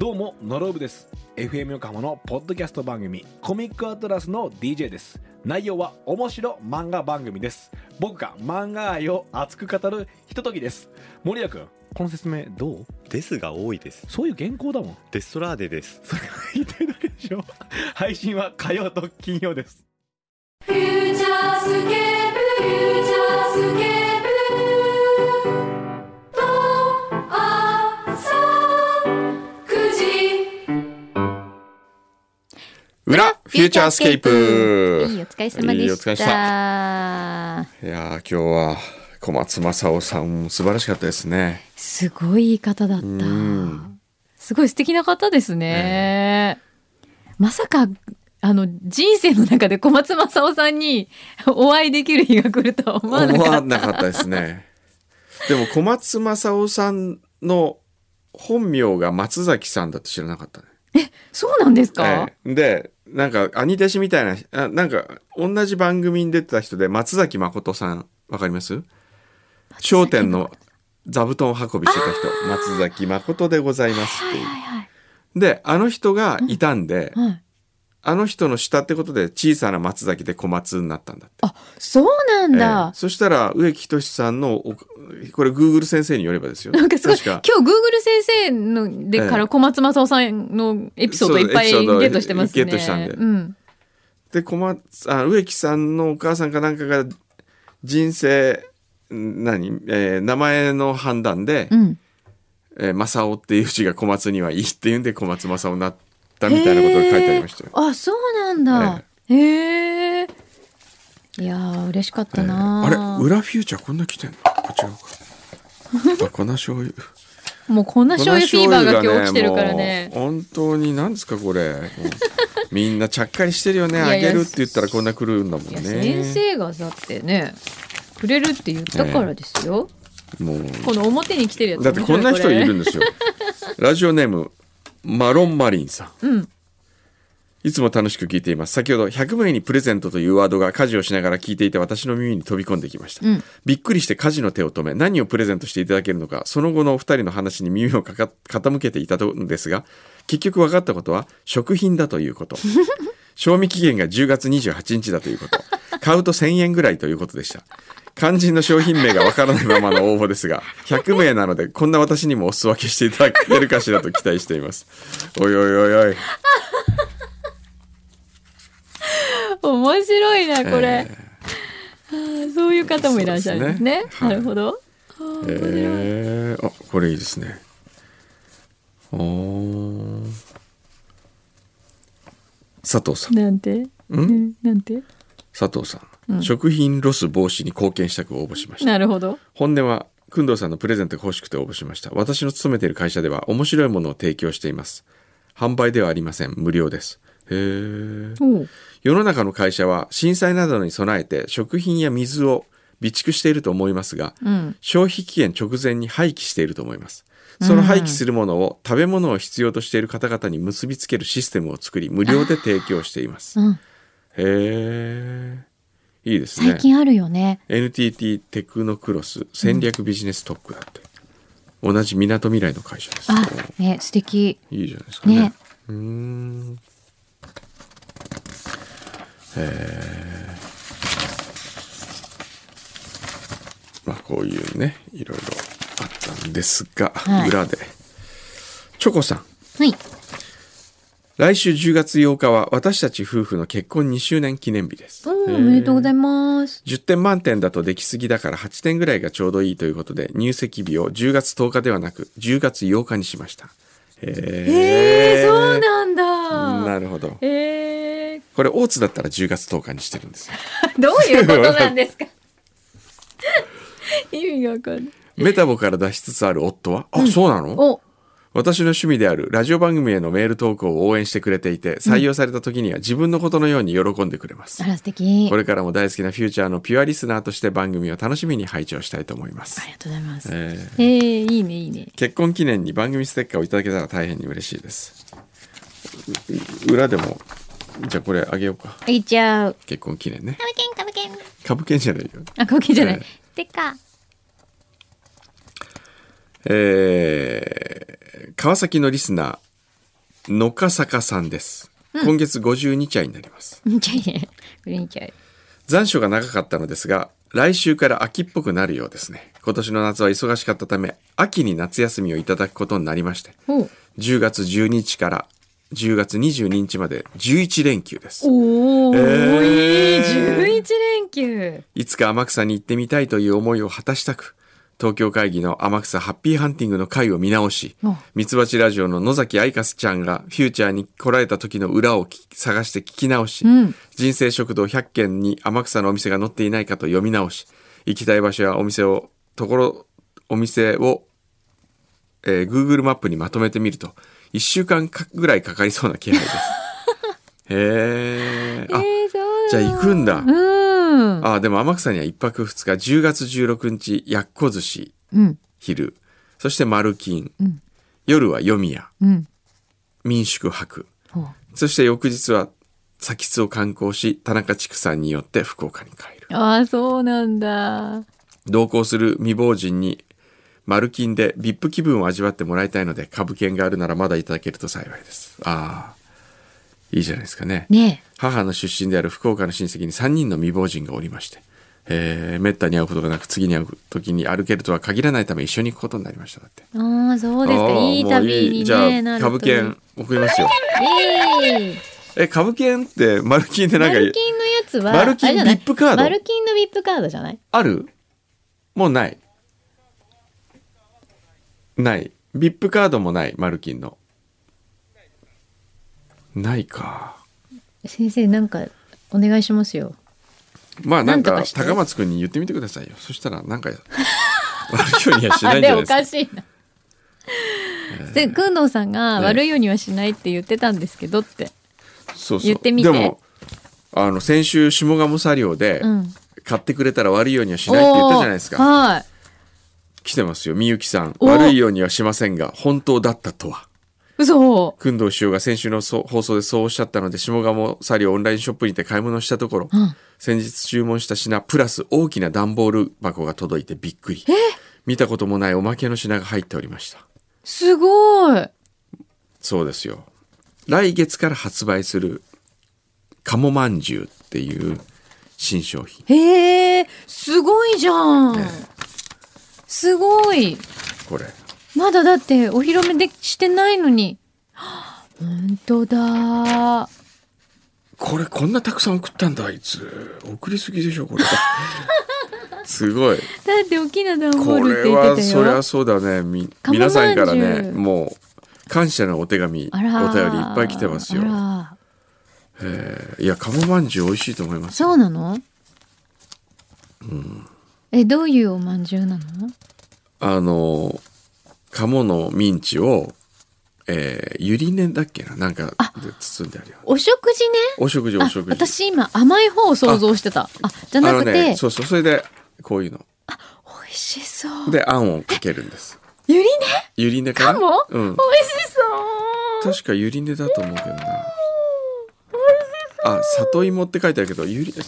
どうもノロブです。 FM 横浜のポッドキャスト番組コミックアトラスの DJ です。内容は面白漫画番組です。僕が漫画愛を熱く語るひとときです。森谷君、この説明どう？ ですが多いです。 そういう原稿だもん。 デストラーデです。 それが言いたいだけでしょ。配信は火曜と金曜です。 フューチャースケープ、フューチャースケープ裏フューチャースケープ。 いいお疲れ様でした。 いいお疲れ様でした。いやー、今日は小松政夫さん素晴らしかったですね。 すごい言い方だった。すごい素敵な方ですね。まさか人生の中で小松政夫さんにお会いできる日が来るとは思わなかった。 思わなかったですね。でも小松政夫さんの本名が松崎さんだと知らなかったね。 そうなんですか？ でなんか兄弟子みたいな、なんか同じ番組に出てた人で松崎誠さん、わかります？笑点の座布団運びしてた人、松崎誠でございますっていう、であの人がいたんで、あの人の下ってことで小さな松崎で小松になったんだって。 あ、そうなんだ。 そしたら植木仁さんのこれ Google 先生によればですよ。 なんかすごい確か今日 Google 先生のでから小松政夫さんのエピソードいっぱいゲットしてますね。 ゲットしたんで。で植木さんのお母さんかなんかが人生名前の判断で、正夫っていう字が小松にはいいっていうんで小松正夫になったみたいなことが書いてありましたよ。 あ、そうなんだ。へえ。いやー嬉しかったな。 あれ裏フューチャーこんな来てんの？違うか。粉醤油。 もう粉醤油フィーバーが今日起きてるからね。 本当に何ですかこれ。みんなちゃっかりしてるよね。あげるって言ったらこんな来るんだもんね。 先生がだってねくれるって言ったからですよ。 もうこの表に来てるやつだってこんな人いるんですよ。ラジオネームマロンマリンさん。いつも楽しく聞いています。先ほど100名にプレゼントというワードが家事をしながら聞いていて私の耳に飛び込んできました。びっくりして家事の手を止め何をプレゼントしていただけるのかその後のお二人の話に耳を傾けていたんですが、結局分かったことは食品だということ。賞味期限が10月28日だということ。買うと1000円ぐらいということでした。肝心の商品名がわからないままの応募ですが100名なのでこんな私にもお裾分けしていただけるかしらと期待しています。おいおいおいおい。 面白いなこれ、そういう方もいらっしゃるんですね。なるほど。 あ、これいいですね。佐藤さん。 なんて？なんて？ 佐藤さん、食品ロス防止に貢献したく応募しました。 なるほど。 本音は工藤さんのプレゼントが欲しくて応募しました。私の勤めている会社では面白いものを提供しています。販売ではありません。無料です。世の中の会社は震災などに備えて食品や水を備蓄していると思いますが、消費期限直前に廃棄していると思います。その廃棄するものを食べ物を必要としている方々に結びつけるシステムを作り無料で提供しています。いいですね。 最近あるよね。 NTT テクノクロス戦略ビジネス特区だって、同じみなとみらいの会社です。 ね、素敵。 いいじゃないですかね。まあこういうねいろいろあったんですが、裏でチョコさん、来週10月8日は私たち夫婦の結婚2周年記念日です。 おめでとうございます。 10点満点だとできすぎだから8点ぐらいがちょうどいいということで入籍日を10月10日ではなく10月8日にしました。 そうなんだ。 なるほど。これ大津だったら10月10日にしてるんですよ。 どういうことなんですか？意味がわかんない。 メタボから脱しつつある夫は、そうなの？私の趣味であるラジオ番組へのメール投稿を応援してくれていて、採用された時には自分のことのように喜んでくれます。 あら素敵。 これからも大好きなフューチャーのピュアリスナーとして番組を楽しみに拝聴したいと思います。 ありがとうございます。いいねいいね。 結婚記念に番組ステッカーをいただけたら大変に嬉しいです。裏でもじゃあこれあげようか。 あげちゃう。 結婚記念ね。 株券株券じゃないよ。 株券じゃない。でか。 川崎のリスナー野ヶ坂さんです。今月52歳になります。残暑が長かったのですが、来週から秋っぽくなるようですね。今年の夏は忙しかったため、秋に夏休みをいただくことになりまして、10月12日から10月22日まで11連休です。 11連休。 いつか天草に行ってみたいという思いを果たしたく、東京会議の天草ハッピーハンティングの会を見直し、ミツバチラジオの野崎愛香ちゃんがフューチャーに来られた時の裏を探して聞き直し、人生食堂100軒に天草のお店が載っていないかと読み直し、行きたい場所やお店をGoogle マップにまとめてみると1週間ぐらいかかりそうな気配です。へー。じゃあ行くんだ。でも天草には1泊2日、10月16日やっこ寿司、昼、そして丸金、夜は夜宮、民宿泊、そして翌日は津津を観光し、田中畜産によって福岡に帰る。 そうなんだ。 同行する未亡人に丸金で VIP 気分を味わってもらいたいので、株券があるならまだいただけると幸いです。いいじゃないですかね。母の出身である福岡の親戚に3人の未亡人がおりまして、めったに会うことがなく、次に会う時に歩けるとは限らないため一緒に行くことになりました。だって。 そうですか。いい旅にね。 じゃあ株券送りますよ。株券って丸金でなんか、 丸金のやつは丸金 VIP カード。 丸金の VIP カードじゃない？ ある？もうない。ない。VIP カードもない。丸金の。ないか。 先生、なんかお願いしますよ。 なんか高松くんに言ってみてくださいよ。そしたらなんか悪いようにはしないんじゃないですか。 おかしいな。くんどうさんが悪いようにはしないって言ってたんですけどって言ってみて。 でも先週下鴨茶寮で買ってくれたら悪いようにはしないって言ったじゃないですか。来てますよ、みゆきさん。悪いようにはしませんが本当だったとは。 嘘。 工藤師匠が先週の放送でそうおっしゃったので、下鴨サリオオンラインショップにて買い物したところ、先日注文した品プラス大きな段ボール箱が届いてびっくり。見たこともないおまけの品が入っておりました。 すごい。 そうですよ。来月から発売する鴨まんじゅうっていう新商品。 すごいじゃん。すごい。 これまだだってお披露目してないのに。本当だ。 これこんなたくさん送ったんだあいつ。送りすぎでしょこれ。すごい。 だって大きな段ボールって言ってたよ。 これはそりゃそうだね。皆さんからね、もう感謝のお手紙、お便りいっぱい来てますよ。いや鴨まんじゅう美味しいと思います。 そうなの？どういうおまんじゅうなの？鴨のミンチを、ゆりねだっけな、なんかで包んであるよ。 お食事ね。 お食事。 私今甘い方を想像してた。じゃなくて、 そうそれでこういうの。 美味しそう。 であんをかけるんです。 ゆりね？ ゆりねかな？ 鴨？美味しそう。 確かゆりねだと思うけどな。里芋って書いてあるけどゆりね。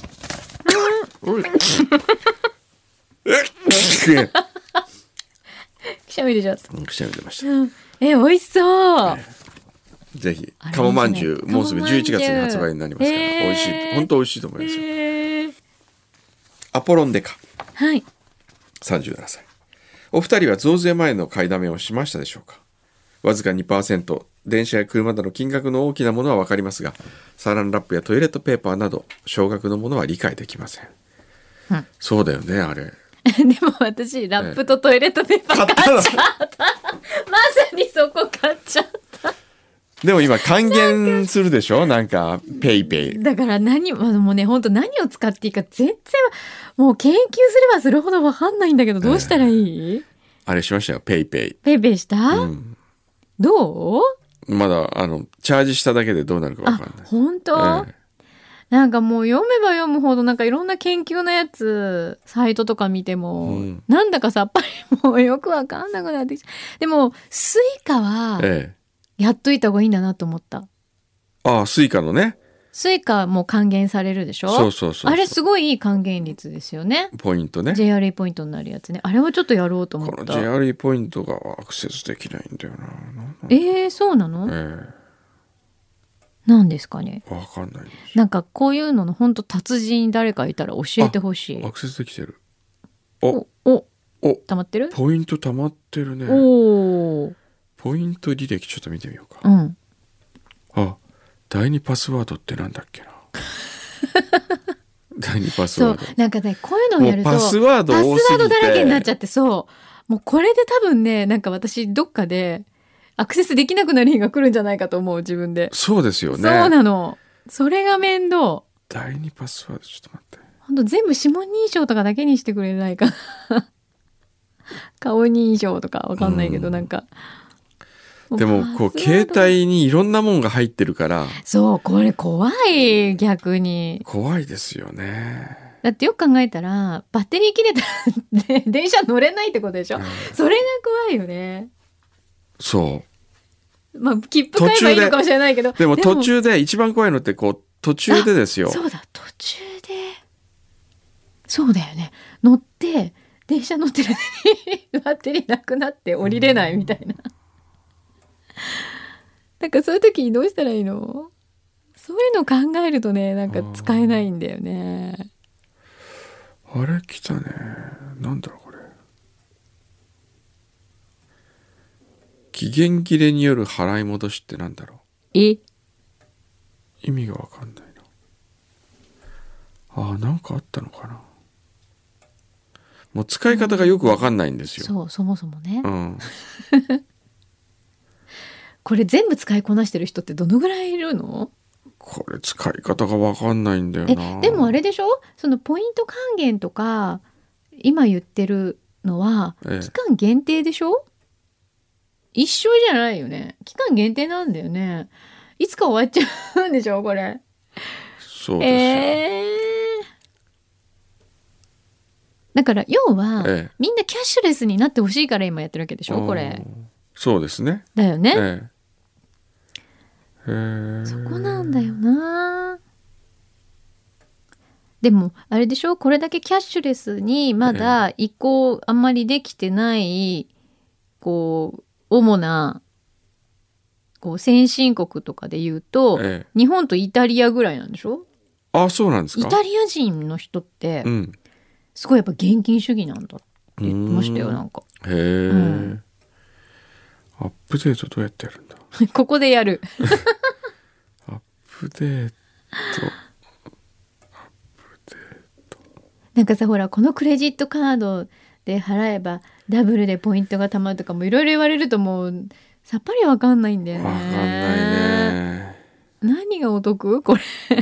くしゃみ出ちゃった。 くしゃみ出ました。 美味しそう。 ぜひ鴨まんじゅうもうすぐ11月に発売になりますから、美味しい。本当美味しいと思いますよ。アポロンデカ。37歳。お二人は増税前の買いだめをしましたでしょうか？わずか 2%、電車や車など金額の大きなものは分かりますが、サランラップやトイレットペーパーなど少額のものは理解できません。そうだよねあれ。 でも私ラップとトイレットペーパー買っちゃった。まさにそこ買っちゃった。 でも今還元するでしょ？なんかペイペイ。 だからもうね、本当何を使っていいか全然もう研究すればするほど分かんないんだけど、どうしたらいい？ あれしましたよ、ペイペイ。 ペイペイした？どう？ まだチャージしただけでどうなるか分かんない。 本当？なんかもう読めば読むほどなんかいろんな研究のやつサイトとか見ても、なんだかさっぱりもうよくわかんなくなってきちゃう。でもスイカはやっといた方がいいんだなと思った。 スイカのね。 スイカも還元されるでしょ？そう。あれすごいいい還元率ですよね。 ポイントね。 JRE ポイントになるやつね。あれをちょっとやろうと思った。 この JRE ポイントがアクセスできないんだよな。 そうなの？ 何ですかね。 わかんないです。 なんかこういうのの本当達人誰かいたら教えてほしい。 アクセスできてる。 お溜まってる？ ポイント溜まってるね。 おー。 ポイント履歴ちょっと見てみようか。 うん。 あ、第2パスワードってなんだっけな。第2パスワード。 なんかね、こういうのをやるともうパスワード多すぎて、 パスワードだらけになっちゃって、そう。もうこれで多分ね、なんか私どっかでアクセスできなくなる日が来るんじゃないかと思う、自分で。 そうですよね。 そうなの。それが面倒。 第2パスワード、ちょっと待って。 ほんと全部指紋認証とかだけにしてくれないかな。顔認証とかわかんないけど、なんか。 でもこう携帯にいろんなもんが入ってるから、 そう、これ怖い、逆に。 怖いですよね。 だってよく考えたらバッテリー切れたら、ね、電車乗れないってことでしょ、それが怖いよね。 そう。 まあ切符買えばいいのかもしれないけど、 でも途中で一番怖いのってこう途中でですよ。 そうだ、途中で。そうだよね。乗って電車乗ってるのにバッテリーなくなって降りれないみたいな。なんかそういう時にどうしたらいいの？そういうの考えるとね、なんか使えないんだよね。 あれ来たね。なんだろうこれ。期限切れによる払い戻しってなんだろう。意味がわかんないな。なんかあったのかな。もう使い方がよくわかんないんですよ。 そう、そもそもね。 うん。 これ全部使いこなしてる人ってどのぐらいいるの？ これ使い方がわかんないんだよな。 でもあれでしょ、そのポイント還元とか今言ってるのは期間限定でしょ？一生じゃないよね。期間限定なんだよね。いつか終わっちゃうんでしょこれ。 そうですよ。 だから要は、みんなキャッシュレスになってほしいから今やってるわけでしょこれ。 そうですね。 だよね。そこなんだよな。でもあれでしょ、これだけキャッシュレスにまだ移行あんまりできてない、こう主なこう先進国とかで言うと、日本とイタリアぐらいなんでしょ？ あ、そうなんですか。 イタリア人の人って、すごいやっぱ現金主義なんだって言ってましたよ、なんか。 へえ。アップデートどうやってやるんだ。 ここでやる。 アップデート。 なんかさ、ほらこのクレジットカードで払えばダブルでポイントがたまるとかもいろいろ言われるともうさっぱりわかんないんだよね。 わかんないね。 何がお得これ。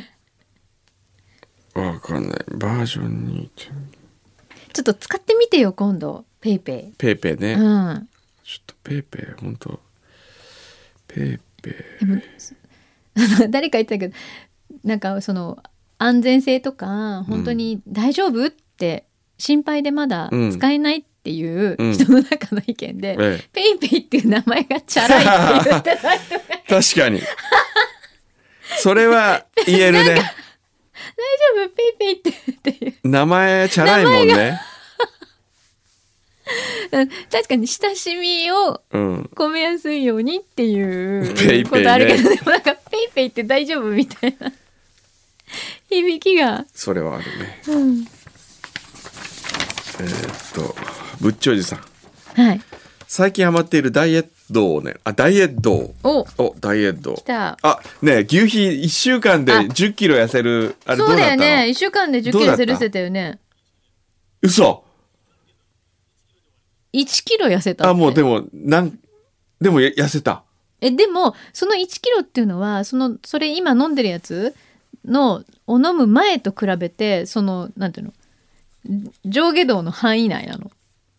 わかんない。バージョン2。 ちょっと使ってみてよ今度。ペイペイ。 ペイペイね。 うん。 ちょっとペイペイ本当。ペイペイ。 でも誰か言ってたけど、なんかその安全性とか本当に大丈夫って心配でまだ使えないっていう人の中の意見で、ペイペイっていう名前がチャラいって言ってた人が確かにそれは言えるね。 大丈夫ペイペイっていう名前チャラいもんね。 確かに親しみを込めやすいようにっていうペイペイね、 ことあるけど、でもなんかペイペイって大丈夫みたいな響きがそれはあるね。ぶっちょじさん、 はい、 最近ハマっているダイエットをね、ダイエットをダイエット来た。 ね、牛皮1週間で10キロ痩せる、あれどうだったの？そうだよね、 1週間で10キロ痩せるってたよね。 嘘。 1キロ痩せたって。 もうでも痩せた。 でもその1キロっていうのはそれ今飲んでるやつのを飲む前と比べてそのなんていうの、上下動の範囲内なの。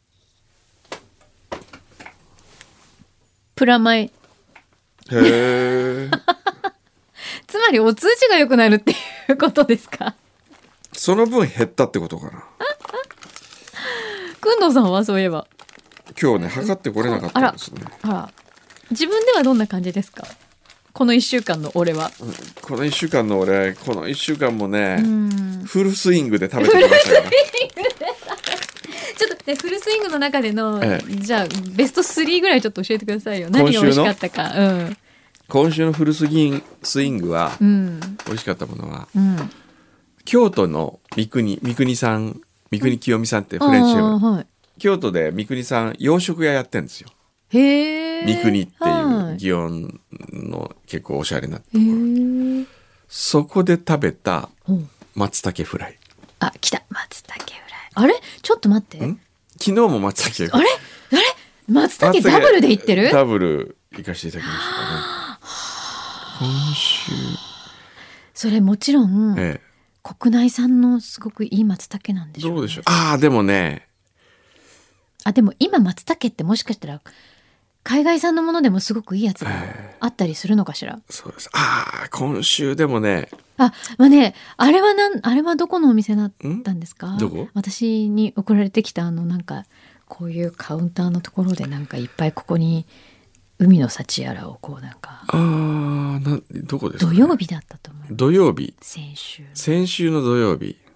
プラマイ。 へえ。 つまりお通じが良くなるっていうことですか？ その分減ったってことかな。 くんどうさんはそういえば今日ね測ってこれなかったんですね。 あら、自分ではどんな感じですか？この1週間の俺は、 この1週間の俺、この1週間もね、フルスイングで食べてきましたから。 ちょっとね、フルスイングの中での、じゃあベスト3ぐらいちょっと教えてくださいよ。何が美味しかったか。 今週のフルスイングは、 うん美味しかったものはうん。 京都の三國さん、三國清美さんってフレンチシェフ、 はい。 京都で三國さん洋食屋やってるんですよ。 へえ。 三國っていうはい祇園の結構おしゃれなとこへろ、 え。 そこで食べたほう松茸フライ。 あ、来た。松茸フライ。あれちょっと待って。 ん昨日も松茸フあライ。 れ松茸ダブルでいってる？ ダブル行かせていただきましたね。今週、 それもちろん、 え国内産のすごくいい松茸なんでしょうね。 どうでしょう。ああでもね、 あ、でも今松茸ってもしかしたら海外産のものでもすごくいいやつがあったりするのかしら。 そうです。ああ今週でもね、 あ、まあね、あれはどこのお店だったんですか？ どこ？ 私に送られてきたなんかこういうカウンターのところでなんかいっぱいここに海の幸やらをこうなんかどこですか、 土曜日だったと思う。 土曜日。 先週の土曜日。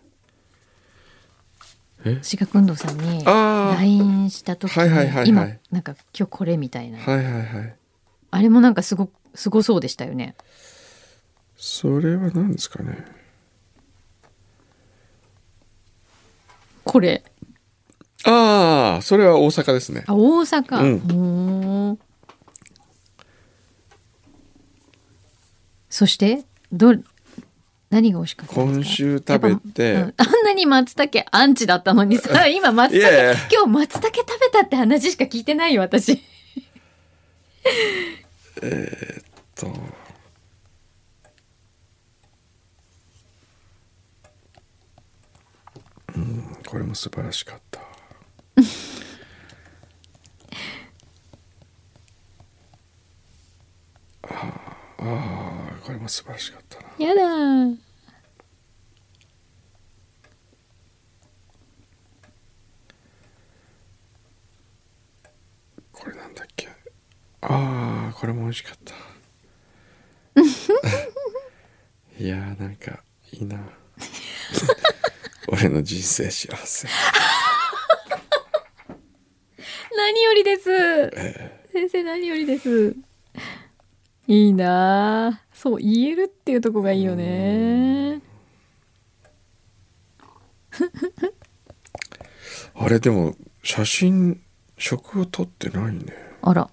志賀くんどうさんにあー LINE した時はいはいはいはいに今なんか今日これみたいな、 はいはいはい。 あれもなんかすごそうでしたよね。 それは何ですかね。 これああそれは大阪ですね。 大阪、 うんおーそして何が美味しかったですか？ 今週食べて、 やっぱあんなに松茸アンチだったのにさ今松茸いやいや今日松茸食べたって話しか聞いてないよ私。 これも素晴らしかった。これも素晴らしかったな。 やだー。 これなんだっけ。ああこれも美味しかった。いやーなんかいいな。俺の人生幸せ。 何よりです、先生何よりです。いいなあ、そう言えるっていうとこがいいよね。 あれでも食を撮ってないね。 あら、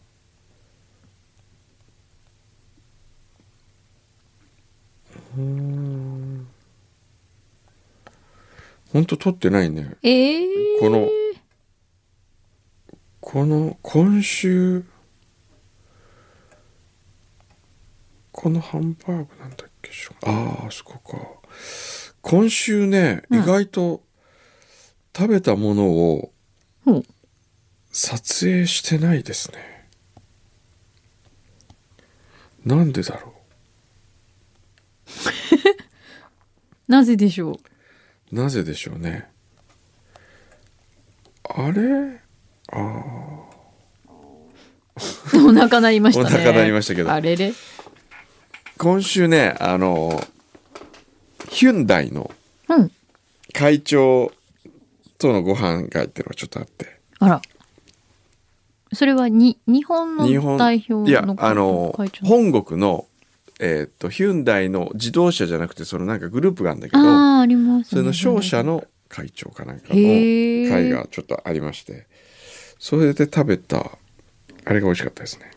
ほんと撮ってないね。この今週このハンバーグなんだっけ。あそこか。今週ね、意外と食べたものを撮影してないですね。なんでだろなぜでしょう。なぜでしょうね。あれう。お腹鳴りましたね。 お腹鳴りましたけどあれれ。 今週ねヒュンダイのうん。 会長とのご飯会っていうのがちょっとあって、 あら。それは日本の代表のいや会長。 本国のヒュンダイの自動車じゃなくてそのなんかグループがあるんだけど、 ありますね。 それの商社の会長かなんかのへー会がちょっとありまして、それで食べたあれが美味しかったですね。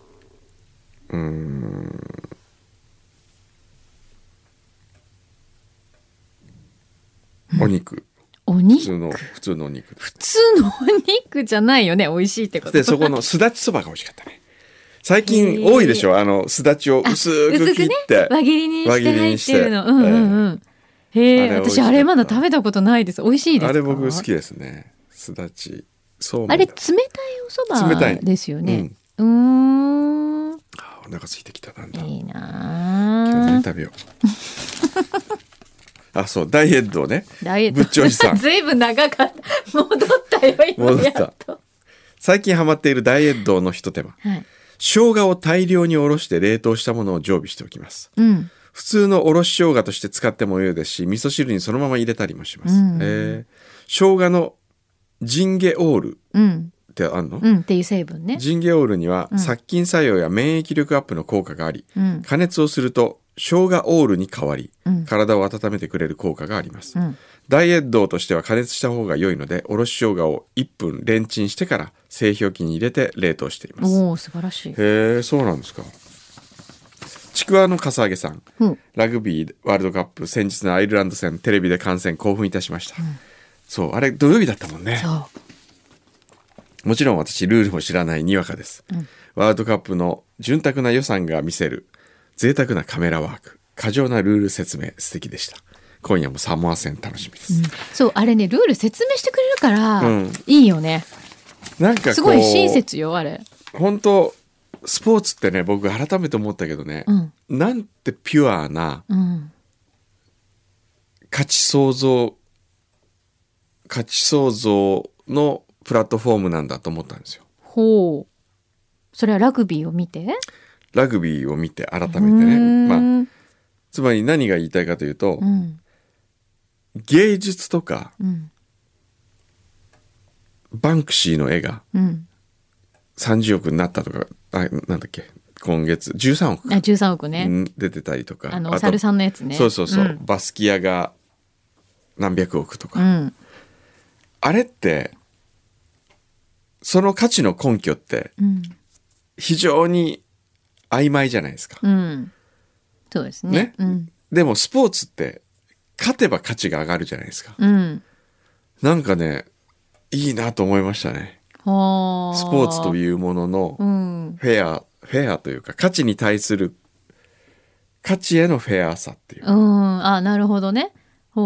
お肉。 お肉。 普通のお肉。 普通のお肉じゃないよね。美味しいってこと。 でそこのすだちそばが美味しかったね。最近多いでしょ、すだちを薄く切って、 ね、輪切りにして入ってるの。へえ、私あれまだ食べたことないです。美味しいですか？ あれ僕好きですね。すだちそうめん。 あれ冷たいお蕎麦ですよね。お腹空いてきた。なんだ。 いいな。 今日何食べよう。あ、そうダイエットをね。 ダイエット。 ぶっちょいさん。 ずいぶん長かった。戻ったよ今やっと。 最近ハマっているダイエットの一手間。 はい。 生姜を大量におろして冷凍したものを常備しておきます。 うん。 普通のおろし生姜として使っても良いですし、味噌汁にそのまま入れたりもします。生姜のジンゲオールっってあんの？ っていう成分ね。 ジンゲオールには殺菌作用や免疫力アップの効果があり、加熱をすると生姜オールに変わり、体を温めてくれる効果があります。ダイエットとしては加熱した方が良いので、おろし生姜を1分レンチンしてから製氷機に入れて冷凍しています。 おー、素晴らしい。 へえ、そうなんですか。ちくわのかさあげさん、ラグビーワールドカップ先日のアイルランド戦テレビで観戦興奮いたしました。そうあれ土曜日だったもんね。もちろん私ルールも知らないにわかです、ワールドカップの潤沢な予算が見せる贅沢なカメラワーク、過剰なルール説明素敵でした。今夜もサモア戦楽しみです、 そうあれね、ルール説明してくれるから、いいよね。 なんかこうすごい親切よあれ。 本当スポーツってね、僕改めて思ったけどね、なんてピュアな、価値創造のプラットフォームなんだと思ったんですよ。 ほう。それはラグビーを見て？ ラグビーを見て改めてね、つまり何が言いたいかというと、芸術とか、バンクシーの絵が30億になったとか、なんだっけ、今月13億か、 13億ね、 出てたりとか、 あの猿さんのやつね。 そうそうそう、バスキアが何百億とか、あれってその価値の根拠って非常に曖昧じゃないですか、 そうですね。 でもスポーツって勝てば価値が上がるじゃないですか、なんかねいいなと思いましたね。スポーツというもののフェアというか、価値に対する価値へのフェアさっていう、 あ、なるほどね。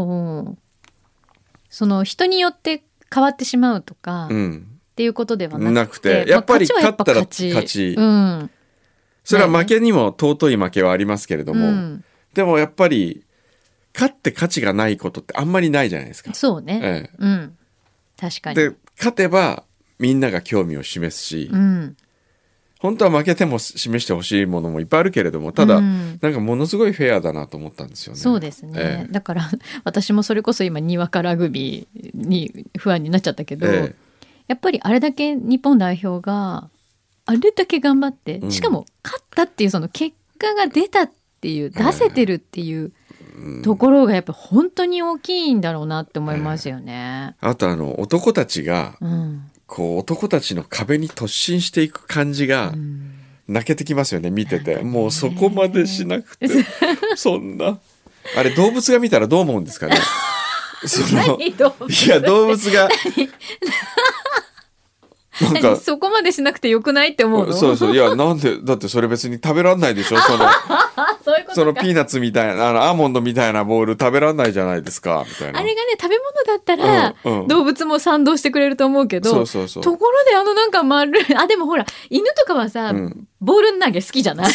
その人によって変わってしまうとか、っていうことではなくて、 やっぱり勝ったら勝ち、それは負けにも尊い負けはありますけれども、でもやっぱり勝って価値がないことってあんまりないじゃないですか。 そうね、確かに。 で勝てばみんなが興味を示すし、本当は負けても示してほしいものもいっぱいあるけれども、ただ、なんかものすごいフェアだなと思ったんですよね。 そうですね、だから私もそれこそ今にわかラグビーに不安になっちゃったけど、やっぱりあれだけ日本代表があれだけ頑張って、しかも勝ったっていうその結果が出たっていう、出せてるっていうところがやっぱ本当に大きいんだろうなって思いますよね。 あと男たちが、こう男たちの壁に突進していく感じが泣けてきますよね、見てて。もうそこまでしなくてそんなあれ動物が見たらどう思うんですかね。 何動物？ いや動物がなんかそこまでしなくてよくないって思うの？ そうそう、いやなんで、だってそれ別に食べらんないでしょ。 そういうことか。 そのピーナッツみたいなアーモンドみたいなボール食べらんないじゃないですかみたいな。 あれがね食べ物だったら、動物も賛同してくれると思うけど、ところでなんか丸いでもほら犬とかはさ、ボール投げ好きじゃない？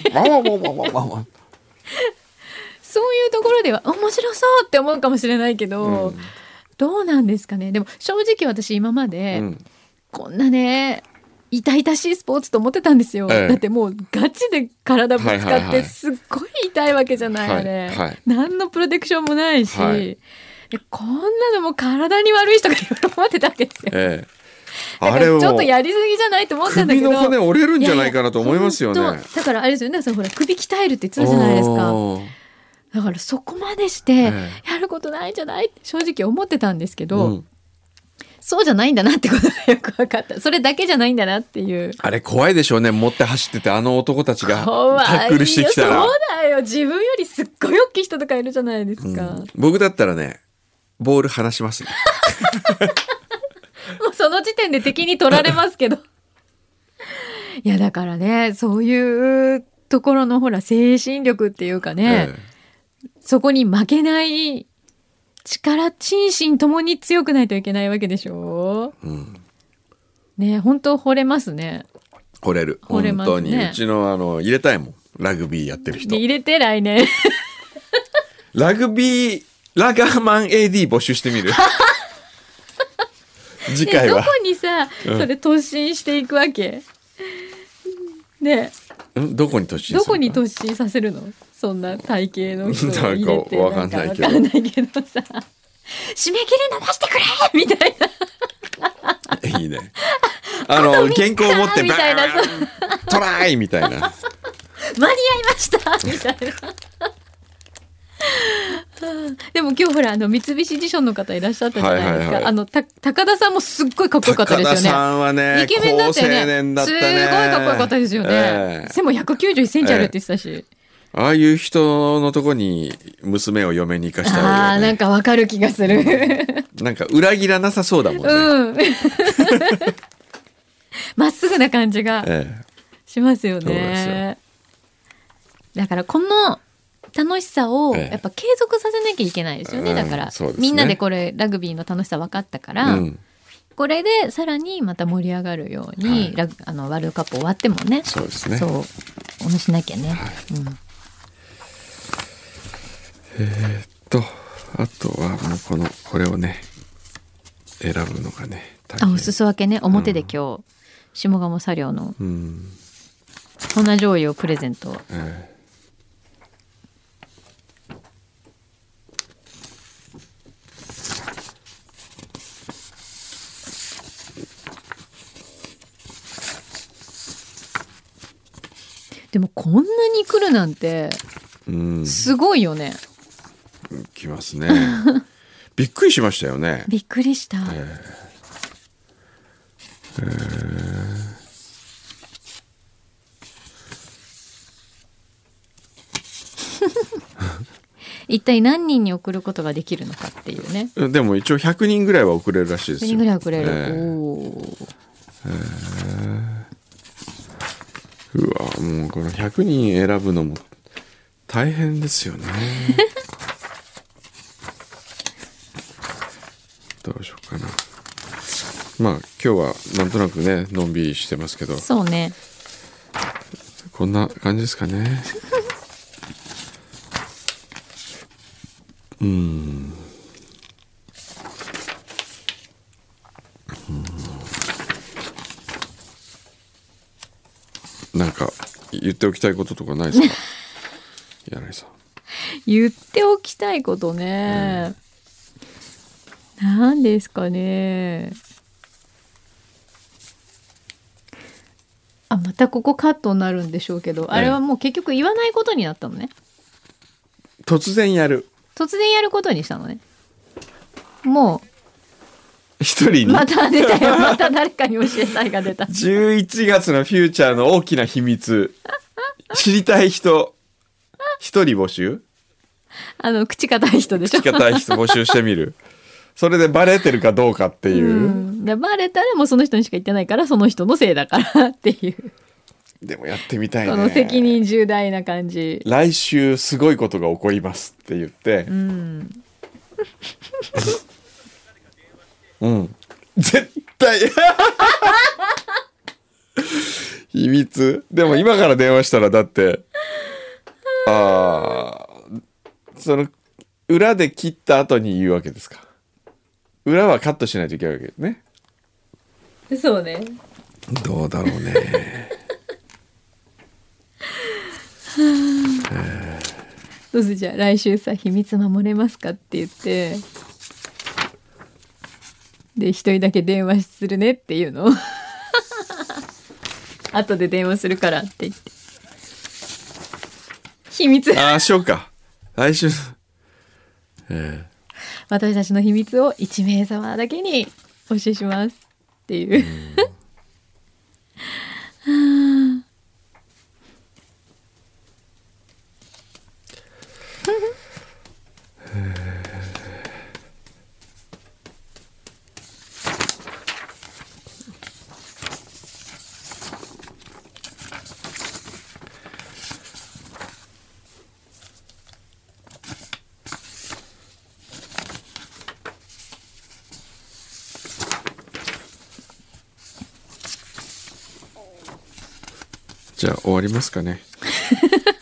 そういうところでは面白そうって思うかもしれないけど、どうなんですかね。でも正直私今まで、こんなね痛々しいスポーツと思ってたんですよ、だってもうガチで体ぶつかってすっごい痛いわけじゃない、あれ、何のプロテクションもないし、こんなのも体に悪い人がいろいろ思ってたわけですよ、だからちょっとやりすぎじゃないと思ったんだけど、 首の骨折れるんじゃないかなと思いますよね。 だからあれですよね、ほら首鍛えるって言ってたじゃないですか。だからそこまでしてやることないんじゃないって正直思ってたんですけど、そうじゃないんだなってことがよく分かった。それだけじゃないんだなっていう。あれ怖いでしょうね、持って走ってて男たちがタックルしてきたら。 そうだよ、自分よりすっごい大きい人とかいるじゃないですか、 僕だったらねボール離しますねもうその時点で敵に取られますけどいやだからね、そういうところのほら精神力っていうかね、そこに負けない力、心身ともに強くないといけないわけでしょ、ね、本当惚れますね。 惚れる、 惚れますね、 本当にうちの入れたいもん、ラグビーやってる人入れて来年ラグビーラガーマン AD 募集してみる次回はどこにさ、それ突進していくわけね、 どこに突進するの？ どこに突進させるの？そんな体型の人を入れてわかんないけどさ、締め切り伸ばしてくれみたいないいね。 原稿を持ってみたいなバーントライみたいな。 間に合いましたみたいな。でも今日ほら三菱地所の方いらっしゃったじゃないですか、 はいはいはい高田さんもすっごいかっこよかったですよね。 高田さんはねイケメンだったよね。 好青年だったね。 すごいかっこよかったですよね、背も191センチあるって言ってたし、 ああいう人のとこに娘を嫁に行かしたらいいよね。 なんかわかる気がするなんか裏切らなさそうだもんね。 うんまっすぐな感じがしますよそうですよね。だからこの楽しさをええやっぱ継続させなきゃいけないですよね。だから、 そうですねみんなでこれラグビーの楽しさ分かったから、 うんこれでさらにまた盛り上がるように、ワールドカップ終わってもね、 そうですね。 そう応援しなきゃね、 あとはもうこれをね選ぶのがね大変。 お裾分けね、表で今日、下鴨茶寮のうん粉醤油をプレゼント。でもこんなに来るなんてうんすごいよね。 きますね。びっくりしましたよね。 びっくりした。一体何人に送ることができるのかっていうね。 でも一応100人ぐらいは送れるらしいです 100 よ。 人ぐらい送れる、 うわもうこの100人選ぶのも大変ですよね。どうしようかな。まあ今日はなんとなくねのんびりしてますけど、 そうね。 こんな感じですかね。なんか言っておきたいこととかないですか。柳井さん。 言っておきたいことね、何ですかね。またここカットになるんでしょうけど、あれはもう結局言わないことになったのね。 突然やる。 突然やることにしたのね。も一人に。 うまた出たよ。また誰かに教えたいが出た。 11月のフューチャーの大きな秘密。知りたい人一人募集。 口固い人でしょ。 口堅い人募集してみる。それでバレてるかどうかっていう、 でバレたらもうその人にしか言ってないから、その人のせいだからっていう。 でもやってみたいね。 その責任重大な感じ。 来週すごいことが起こりますって言って、絶対秘密。でも今から電話したらだってその裏で切った後に言うわけですか。裏はカットしないといけないわけですね。 そうね。 どうだろうね。 どうせじゃあ来週さ、秘密守れますかって言って、で一人だけ電話するねっていうのを後で電話するからって言って、秘密しようか来週。 私たちの秘密を1名様だけにお教えしますっていうじゃあ終わりますかね。